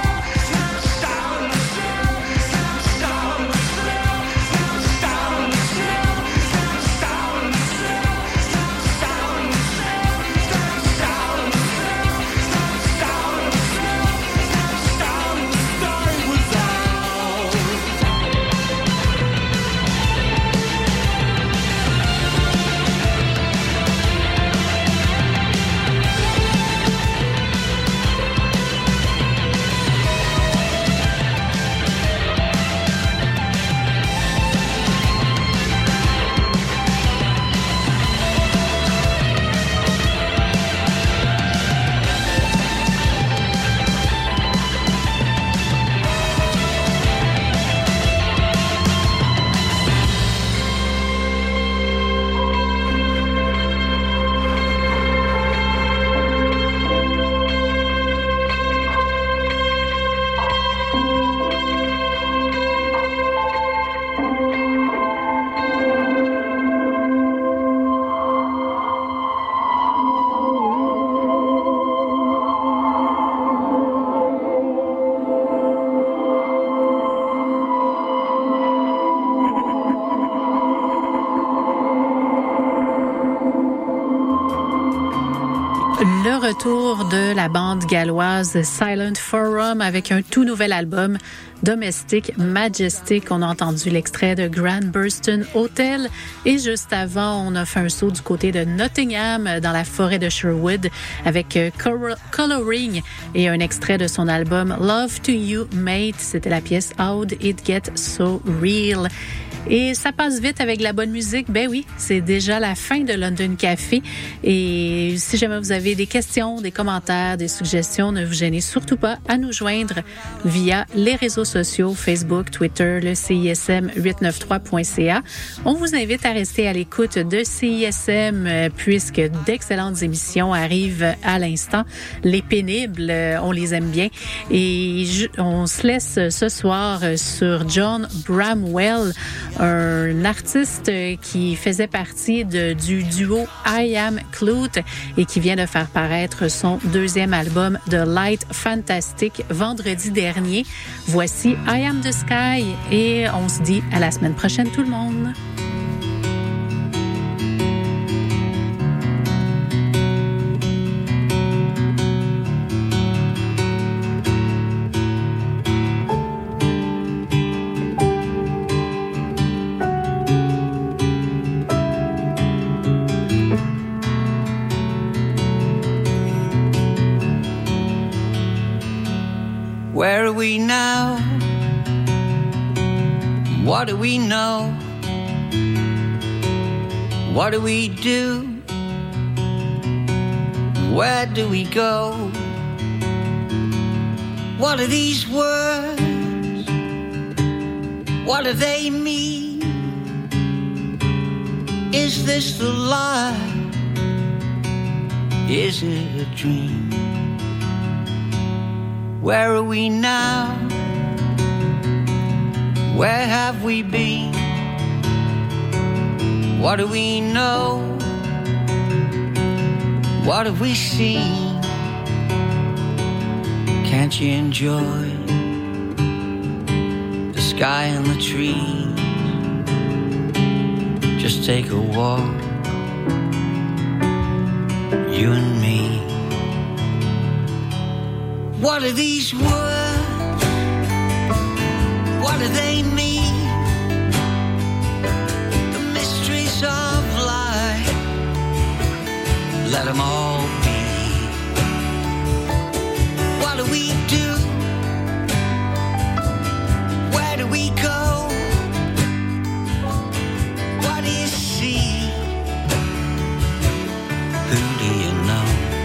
Le retour de la bande galloise Silent Forum avec un tout nouvel album, Domestic Majestic. On a entendu l'extrait de Grand Burston Hotel et juste avant, on a fait un saut du côté de Nottingham dans la forêt de Sherwood avec Coloring et un extrait de son album Love to You Mate. C'était la pièce How'd It Get So Real. Et ça passe vite avec la bonne musique. Ben oui, c'est déjà la fin de London Café. Et si jamais vous avez des questions, des commentaires, des suggestions, ne vous gênez surtout pas à nous joindre via les réseaux sociaux, Facebook, Twitter, le C I S M huit cent quatre-vingt-trois point C A. On vous invite à rester à l'écoute de C I S M puisque d'excellentes émissions arrivent à l'instant. Les pénibles, on les aime bien. Et on se laisse ce soir sur John Bramwell. un artiste qui faisait partie de, du duo I Am Clute et qui vient de faire paraître son deuxième album The Light Fantastic vendredi dernier. Voici I Am the Sky et on se dit à la semaine prochaine tout le monde. Where are we now? What do we know? What do we do? Where do we go? What are these words? What do they mean? Is this the life? Is it a dream? Where are we now? Where have we been? What do we know? What have we seen? Can't you enjoy the sky and the trees? Just take a walk, you and me. What are these words? What do they mean? The mysteries of life, let them all be. What do we do? Where do we go? What is see? Who do you know?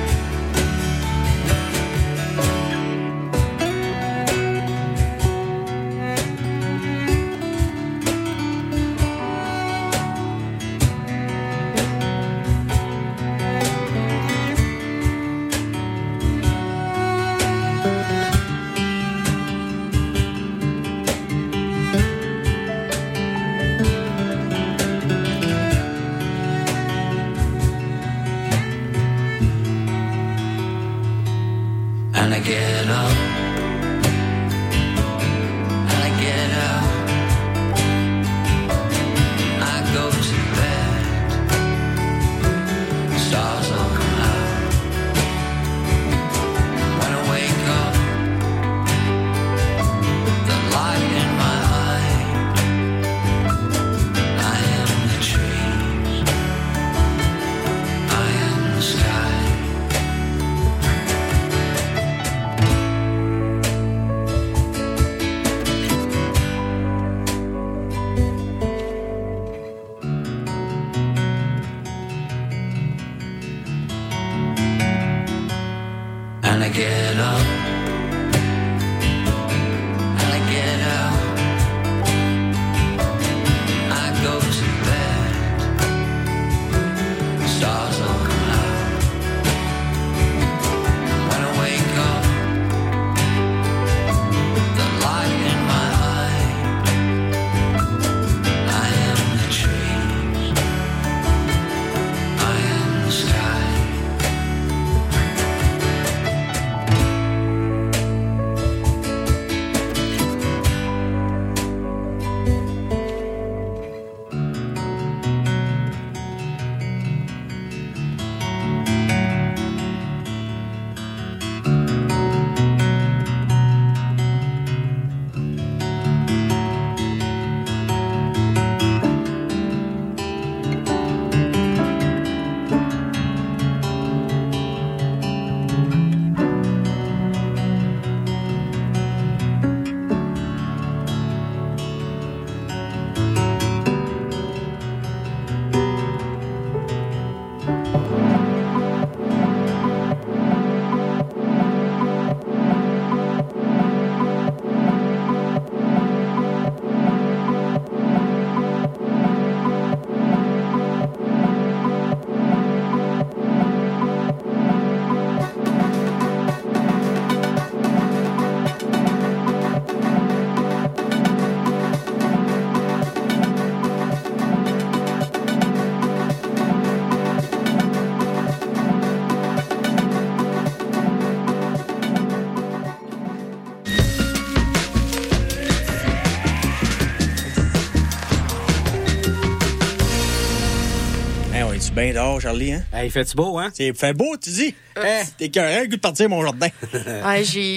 And I get up, and I get out, I go to bed, the stars all come out. When I wake up, the light in my eye, I am the trees, I am the sky. And I get up, and I get out, I go to bed, the stars all come out. When I wake up, the light in my eye, I am the trees, I am the sky. Ben dehors, Charlie, hein? Hey, fait-tu beau, hein? C'est fait beau, tu dis? Euh. Hey, t'es carré, le goût de partir mon jardin. Ouais, j'ai